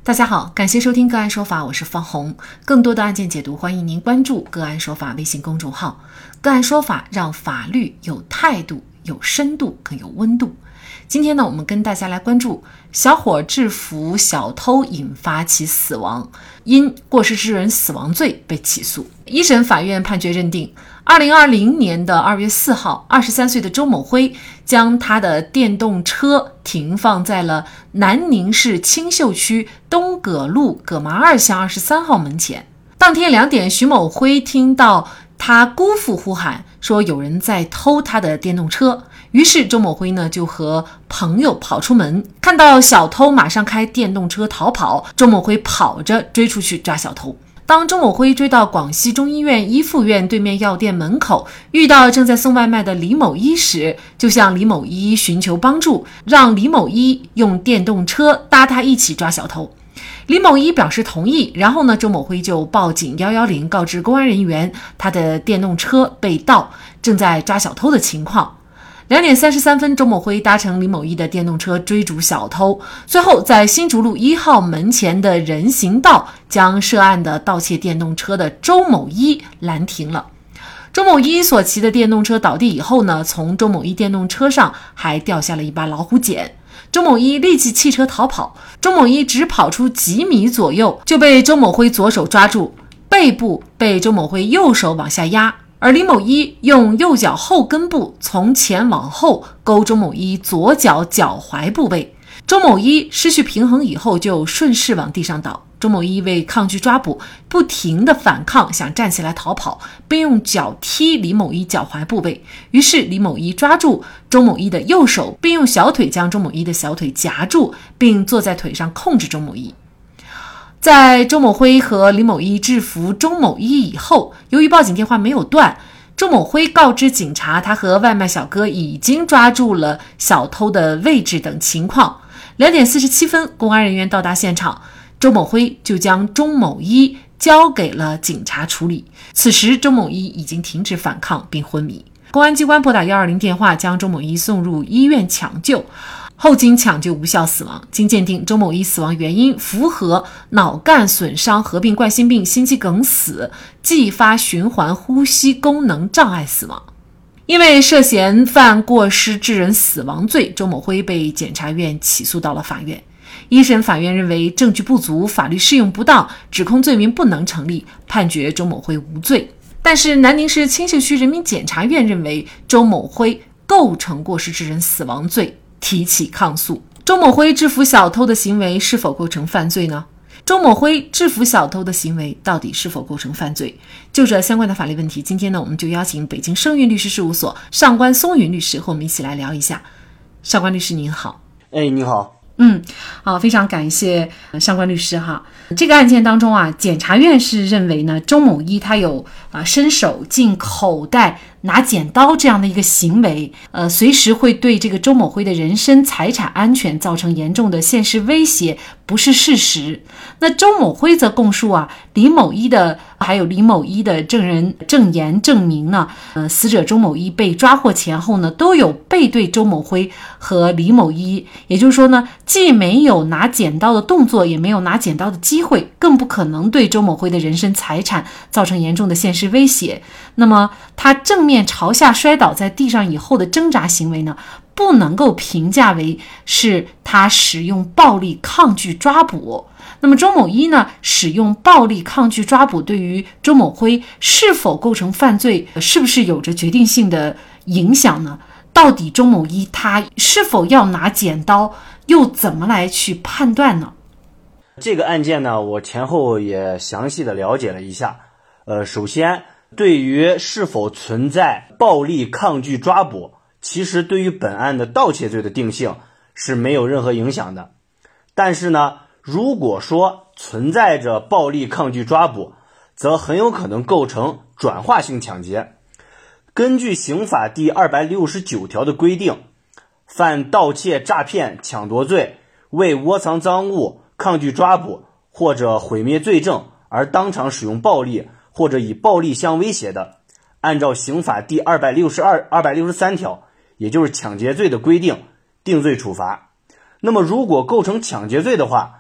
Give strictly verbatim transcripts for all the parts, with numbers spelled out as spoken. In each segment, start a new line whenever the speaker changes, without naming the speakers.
大家好，感谢收听个案说法，我是方红。更多的案件解读，欢迎您关注个案说法微信公众号。个案说法让法律有态度、有深度、更有温度。今天呢，我们跟大家来关注小伙制服小偷引发其死亡，因过失致人死亡罪被起诉。一审法院判决认定，二零二零年的二月四号，二十三岁的周某辉将他的电动车停放在了南宁市青秀区东葛路葛麻二巷二十三号门前。当天两点，徐某辉听到他姑父呼喊说有人在偷他的电动车，于是周某辉呢就和朋友跑出门，看到小偷马上开电动车逃跑，周某辉跑着追出去抓小偷。当周某辉追到广西中医院一附院对面药店门口，遇到正在送外卖的李某一时，就向李某一寻求帮助，让李某一用电动车搭他一起抓小偷。李某一表示同意，然后呢，周某辉就报警一一零，告知公安人员他的电动车被盗，正在抓小偷的情况。两点三十三分，周某辉搭乘李某一的电动车追逐小偷，最后在新竹路一号门前的人行道将涉案的盗窃电动车的周某一拦停了。周某一所骑的电动车倒地以后呢，从周某一电动车上还掉下了一把老虎锏。周某一立即弃车逃跑，周某一只跑出几米左右就被周某辉左手抓住，背部被周某辉右手往下压，而李某一用右脚后跟部从前往后勾周某一左脚脚踝部位，周某一失去平衡以后就顺势往地上倒。周某一为抗拒抓捕，不停地反抗，想站起来逃跑，并用脚踢李某一脚踝部位。于是李某一抓住周某一的右手，并用小腿将周某一的小腿夹住，并坐在腿上控制周某一。在周某辉和李某一制服周某一以后，由于报警电话没有断，周某辉告知警察他和外卖小哥已经抓住了小偷的位置等情况。两点四十七分，公安人员到达现场，周某辉就将周某一交给了警察处理。此时周某一已经停止反抗并昏迷，公安机关拨打一二零电话将周某一送入医院抢救，后经抢救无效死亡。经鉴定，周某一死亡原因符合脑干损伤合并冠心病心肌梗死继发循环呼吸功能障碍死亡。因为涉嫌犯过失致人死亡罪，周某辉被检察院起诉到了法院。一审法院认为证据不足，法律适用不当，指控罪名不能成立，判决周某辉无罪。但是南宁市青秀区人民检察院认为周某辉构成过失致人死亡罪，提起抗诉。周某辉制服小偷的行为是否构成犯罪呢？周某辉制服小偷的行为到底是否构成犯罪？就这相关的法律问题，今天呢，我们就邀请北京盛韵律师事务所上官松云律师和我们一起来聊一下。上官律师您好。
哎，你好。
嗯，好，非常感谢上官律师哈。这个案件当中啊，检察院是认为呢，周某一他有啊、呃、伸手进口袋拿剪刀这样的一个行为，呃，随时会对这个周某辉的人身财产安全造成严重的现实威胁，不是事实。那周某辉则供述啊，李某一的还有李某一的证人证言证明呢，呃，死者周某一被抓获前后呢，都有背对周某辉和李某一，也就是说呢，既没有拿剪刀的动作，也没有拿剪刀的机会，更不可能对周某辉的人身财产造成严重的现实威胁。那么他正面朝下摔倒在地上以后的挣扎行为呢，不能够评价为是他使用暴力抗拒抓捕。那么周某一呢，使用暴力抗拒抓捕对于周某辉是否构成犯罪，是不是有着决定性的影响呢？到底周某一他是否要拿剪刀，又怎么来去判断呢？
这个案件呢，我前后也详细的了解了一下。呃，首先对于是否存在暴力抗拒抓捕，其实对于本案的盗窃罪的定性是没有任何影响的。但是呢，如果说存在着暴力抗拒抓捕，则很有可能构成转化性抢劫。根据刑法第二百六十九条的规定，犯盗窃、诈骗、抢夺罪，为窝藏赃物、抗拒抓捕或者毁灭罪证而当场使用暴力或者以暴力相威胁的，按照刑法第二百六十二、二百六十三条，也就是抢劫罪的规定，定罪处罚。那么如果构成抢劫罪的话，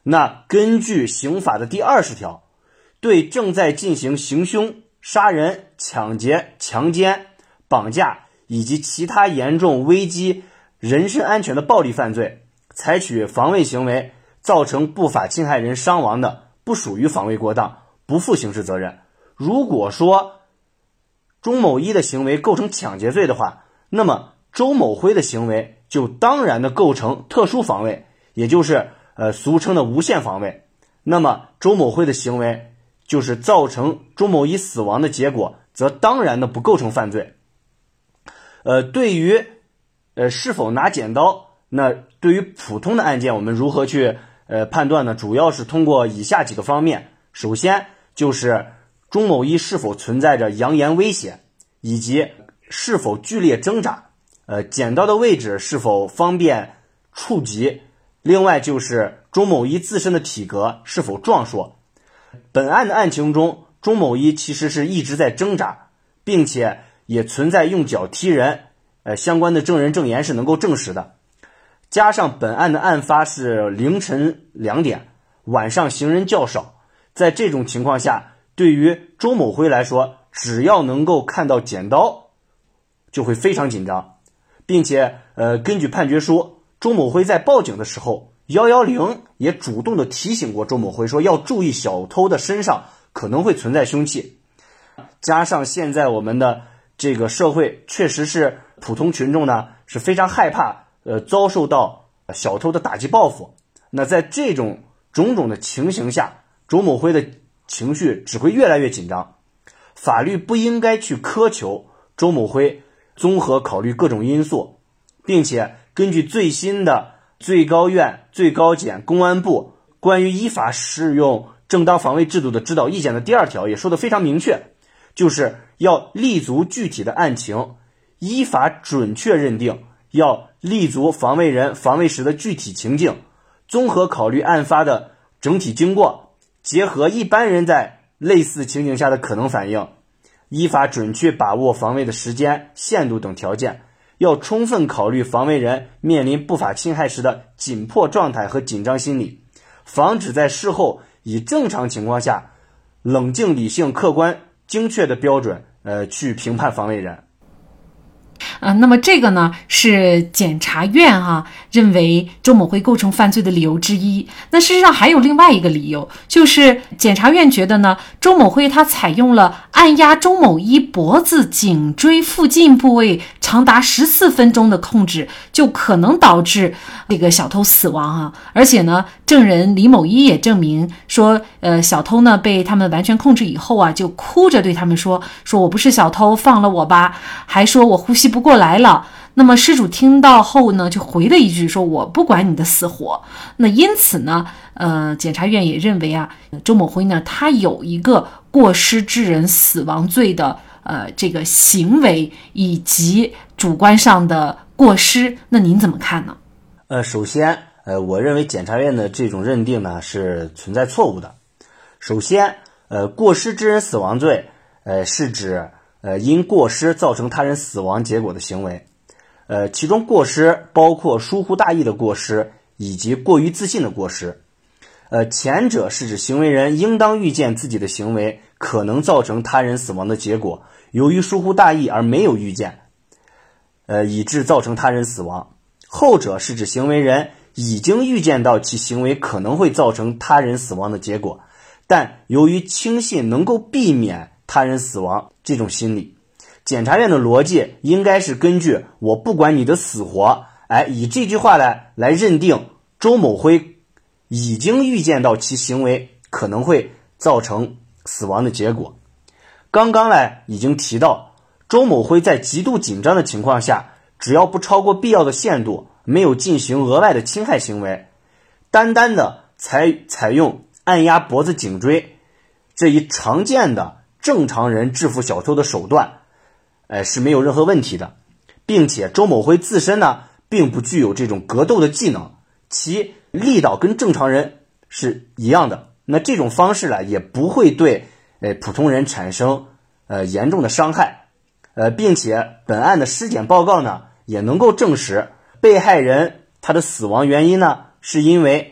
那根据刑法的第二十条，对正在进行行凶、杀人、抢劫、强奸、绑架以及其他严重危及人身安全的暴力犯罪，采取防卫行为造成不法侵害人伤亡的，不属于防卫过当，不负刑事责任。如果说钟某一的行为构成抢劫罪的话，那么周某辉的行为就当然的构成特殊防卫，也就是呃俗称的无限防卫。那么周某辉的行为就是造成钟某一死亡的结果，则当然的不构成犯罪。呃，对于呃是否拿剪刀，那对于普通的案件我们如何去呃判断呢？主要是通过以下几个方面。首先就是钟某一是否存在着扬言威胁，以及是否剧烈挣扎，呃，剪刀的位置是否方便触及，另外就是钟某一自身的体格是否壮硕。本案的案情中，钟某一其实是一直在挣扎，并且也存在用脚踢人，呃，相关的证人证言是能够证实的。加上本案的案发是凌晨两点，晚上行人较少，在这种情况下，对于周某辉来说，只要能够看到剪刀就会非常紧张，并且呃，根据判决书，周某辉在报警的时候，一一零也主动的提醒过周某辉说要注意小偷的身上可能会存在凶器。加上现在我们的这个社会确实是普通群众呢是非常害怕呃遭受到小偷的打击报复，那在这种种种的情形下，周某辉的情绪只会越来越紧张。法律不应该去苛求周某辉综合考虑各种因素，并且根据最新的最高院、最高检、公安部关于依法适用正当防卫制度的指导意见的第二条也说得非常明确，就是要立足具体的案情，依法准确认定，要立足防卫人防卫时的具体情境，综合考虑案发的整体经过，结合一般人在类似情景下的可能反应，依法准确把握防卫的时间、限度等条件，要充分考虑防卫人面临不法侵害时的紧迫状态和紧张心理，防止在事后以正常情况下冷静、理性、客观、精确的标准呃去评判防卫人。
呃，那么这个呢是检察院哈、啊、认为周某辉构成犯罪的理由之一。那事实上还有另外一个理由，就是检察院觉得呢，周某辉他采用了按压周某一脖子、颈椎附近部位长达十四分钟的控制，就可能导致这个小偷死亡啊。而且呢，证人李某一也证明说，呃，小偷呢被他们完全控制以后啊，就哭着对他们说，说我不是小偷，放了我吧，还说我呼吸不过来了。那么失主听到后呢，就回了一句说我不管你的死活。那因此呢，呃，检察院也认为啊，周某辉呢，他有一个过失致人死亡罪的呃这个行为以及主观上的过失。那您怎么看呢？
呃，首先，呃，我认为检察院的这种认定呢是存在错误的。首先，呃，过失致人死亡罪，呃，是指呃因过失造成他人死亡结果的行为。呃，其中过失包括疏忽大意的过失以及过于自信的过失。呃，前者是指行为人应当预见自己的行为可能造成他人死亡的结果，由于疏忽大意而没有预见，呃，以致造成他人死亡。后者是指行为人已经预见到其行为可能会造成他人死亡的结果，但由于轻信能够避免他人死亡这种心理。检察院的逻辑应该是根据我不管你的死活，哎，以这句话来来认定周某辉已经预见到其行为可能会造成死亡的结果。刚刚来已经提到，周某辉在极度紧张的情况下，只要不超过必要的限度，没有进行额外的侵害行为，单单的采采用按压脖子、颈椎这一常见的正常人制服小偷的手段，呃，是没有任何问题的，并且周某辉自身呢，并不具有这种格斗的技能，其力道跟正常人是一样的。那这种方式呢，也不会对呃普通人产生呃严重的伤害。呃，并且本案的尸检报告呢，也能够证实被害人他的死亡原因呢，是因为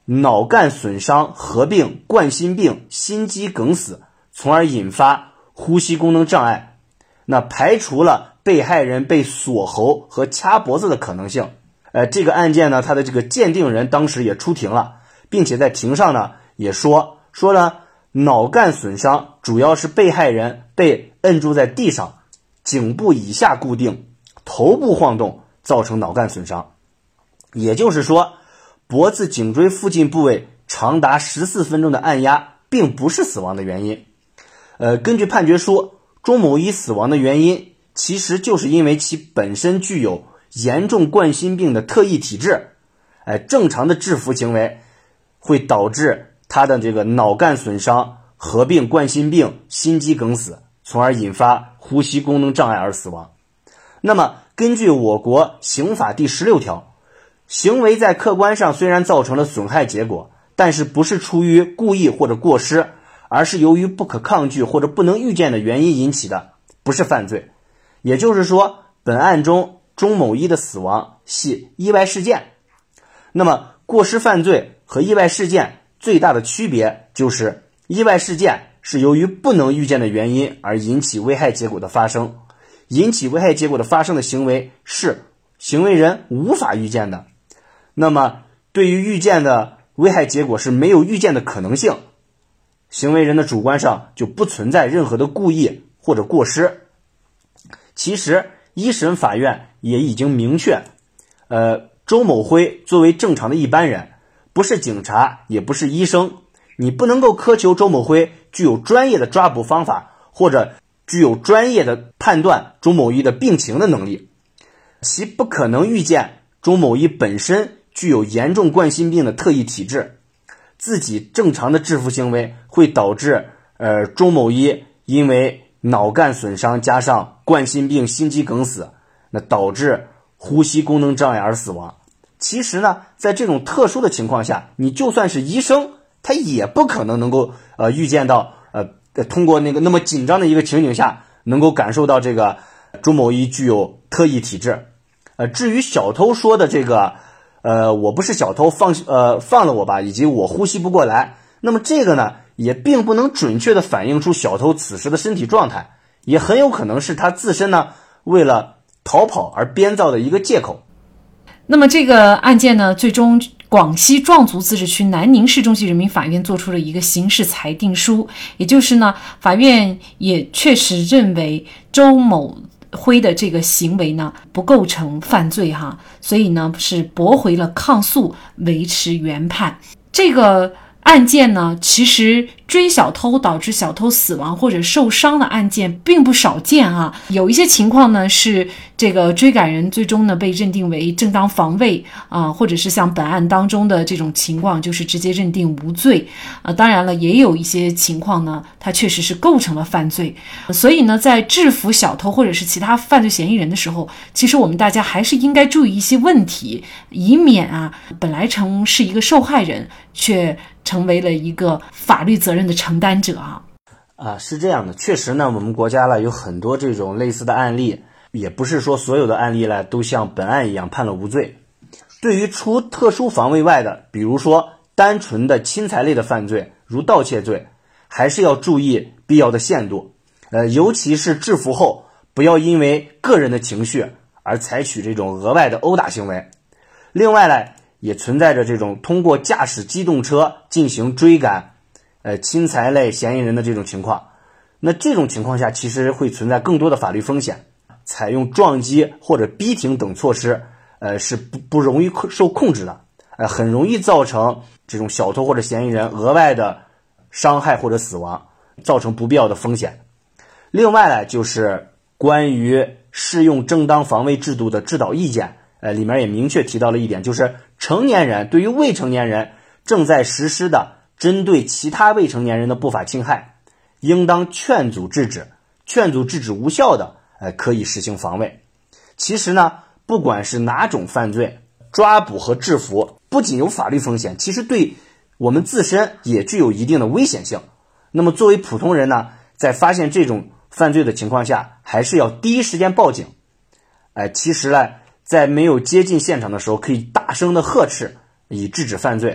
脑干损伤合并冠心病、心肌梗死，从而引发呼吸功能障碍。那排除了被害人被锁喉和掐脖子的可能性。呃，这个案件呢，他的这个鉴定人当时也出庭了，并且在庭上呢也说说了，脑干损伤主要是被害人被摁住在地上，颈部以下固定，头部晃动，造成脑干损伤。也就是说，脖子颈椎附近部位长达十四分钟的按压并不是死亡的原因。呃，根据判决书，钟某一死亡的原因其实就是因为其本身具有严重冠心病的特异体质。哎，正常的制服行为会导致他的这个脑干损伤合并冠心病、心肌梗死，从而引发呼吸功能障碍而死亡。那么根据我国刑法第十六条，行为在客观上虽然造成了损害结果，但是不是出于故意或者过失，而是由于不可抗拒或者不能预见的原因引起的，不是犯罪。也就是说，本案中钟某一的死亡系意外事件。那么过失犯罪和意外事件最大的区别就是，意外事件是由于不能预见的原因而引起危害结果的发生，引起危害结果的发生的行为是行为人无法预见的。那么对于预见的危害结果是没有预见的可能性，行为人的主观上就不存在任何的故意或者过失。其实一审法院也已经明确，呃，周某辉作为正常的一般人，不是警察，也不是医生，你不能够苛求周某辉具有专业的抓捕方法，或者具有专业的判断钟某一的病情的能力。其不可能预见钟某一本身具有严重冠心病的特异体质，自己正常的制服行为会导致呃钟某一因为脑干损伤加上冠心病、心肌梗死，那导致呼吸功能障碍而死亡。其实呢，在这种特殊的情况下，你就算是医生，他也不可能能够呃预见到呃通过那个那么紧张的一个情景下，能够感受到这个钟某一具有特异体质。呃，至于小偷说的这个呃我不是小偷，放呃放了我吧，以及我呼吸不过来，那么这个呢也并不能准确的反映出小偷此时的身体状态，也很有可能是他自身呢为了逃跑而编造的一个借口。
那么这个案件呢，最终广西壮族自治区南宁市中级人民法院做出了一个刑事裁定书，也就是呢，法院也确实认为周某辉的这个行为呢不构成犯罪哈，所以呢是驳回了抗诉，维持原判。这个案件呢，其实追小偷导致小偷死亡或者受伤的案件并不少见啊。有一些情况呢是这个追赶人最终呢被认定为正当防卫啊、呃，或者是像本案当中的这种情况，就是直接认定无罪啊、呃。当然了，也有一些情况呢，它确实是构成了犯罪。所以呢，在制服小偷或者是其他犯罪嫌疑人的时候，其实我们大家还是应该注意一些问题，以免啊本来曾是一个受害人，却成为了一个法律责任的承担者啊！
啊，是这样的，确实呢，我们国家呢有很多这种类似的案例，也不是说所有的案例呢都像本案一样判了无罪。对于除特殊防卫外的，比如说单纯的侵财类的犯罪，如盗窃罪，还是要注意必要的限度。呃，尤其是制服后，不要因为个人的情绪而采取这种额外的殴打行为。另外呢，也存在着这种通过驾驶机动车进行追赶呃侵财类嫌疑人的这种情况。那这种情况下其实会存在更多的法律风险，采用撞击或者逼停等措施呃是不不容易受控制的，呃很容易造成这种小偷或者嫌疑人额外的伤害或者死亡，造成不必要的风险。另外呢，就是关于适用正当防卫制度的指导意见，呃，里面也明确提到了一点，就是成年人对于未成年人正在实施的针对其他未成年人的不法侵害，应当劝阻制止，劝阻制止无效的，呃，可以实行防卫。其实呢，不管是哪种犯罪，抓捕和制服不仅有法律风险，其实对我们自身也具有一定的危险性。那么作为普通人呢，在发现这种犯罪的情况下，还是要第一时间报警。呃，其实呢，在没有接近现场的时候，可以大声的呵斥，以制止犯罪，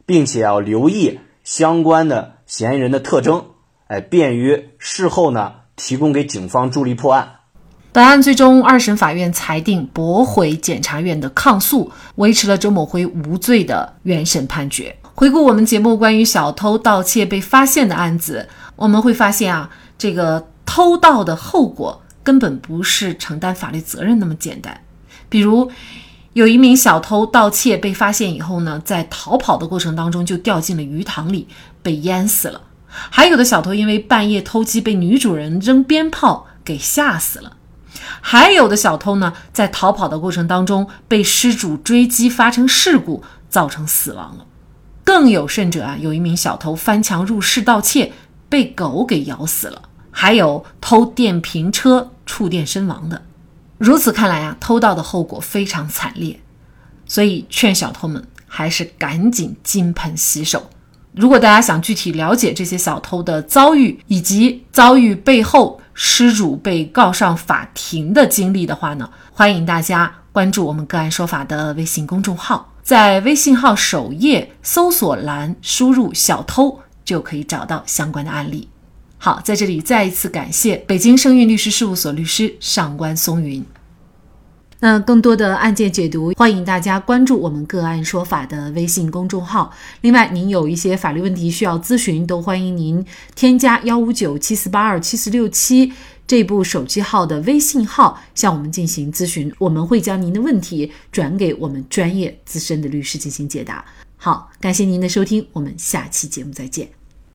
并且要留意相关的嫌疑人的特征，哎，便于事后呢提供给警方助力破案。
本案最终二审法院裁定驳回检察院的抗诉，维持了周某辉无罪的原审判决。回顾我们节目关于小偷盗窃被发现的案子，我们会发现啊，这个偷盗的后果根本不是承担法律责任那么简单。比如有一名小偷盗窃被发现以后呢，在逃跑的过程当中就掉进了鱼塘里被淹死了。还有的小偷因为半夜偷鸡被女主人扔鞭炮给吓死了。还有的小偷呢，在逃跑的过程当中被失主追击发生事故造成死亡了。更有甚者啊，有一名小偷翻墙入室盗窃被狗给咬死了，还有偷电瓶车触电身亡的。如此看来啊，偷盗的后果非常惨烈，所以劝小偷们还是赶紧金盆洗手。如果大家想具体了解这些小偷的遭遇，以及遭遇背后失主被告上法庭的经历的话呢，欢迎大家关注我们个案说法的微信公众号，在微信号首页搜索栏输入小偷就可以找到相关的案例。好，在这里再一次感谢北京声韵律师事务所律师上官松云。那更多的案件解读，欢迎大家关注我们个案说法的微信公众号。另外，您有一些法律问题需要咨询，都欢迎您添加一五九七四八二七四六七这部手机号的微信号向我们进行咨询，我们会将您的问题转给我们专业资深的律师进行解答。好，感谢您的收听，我们下期节目再见。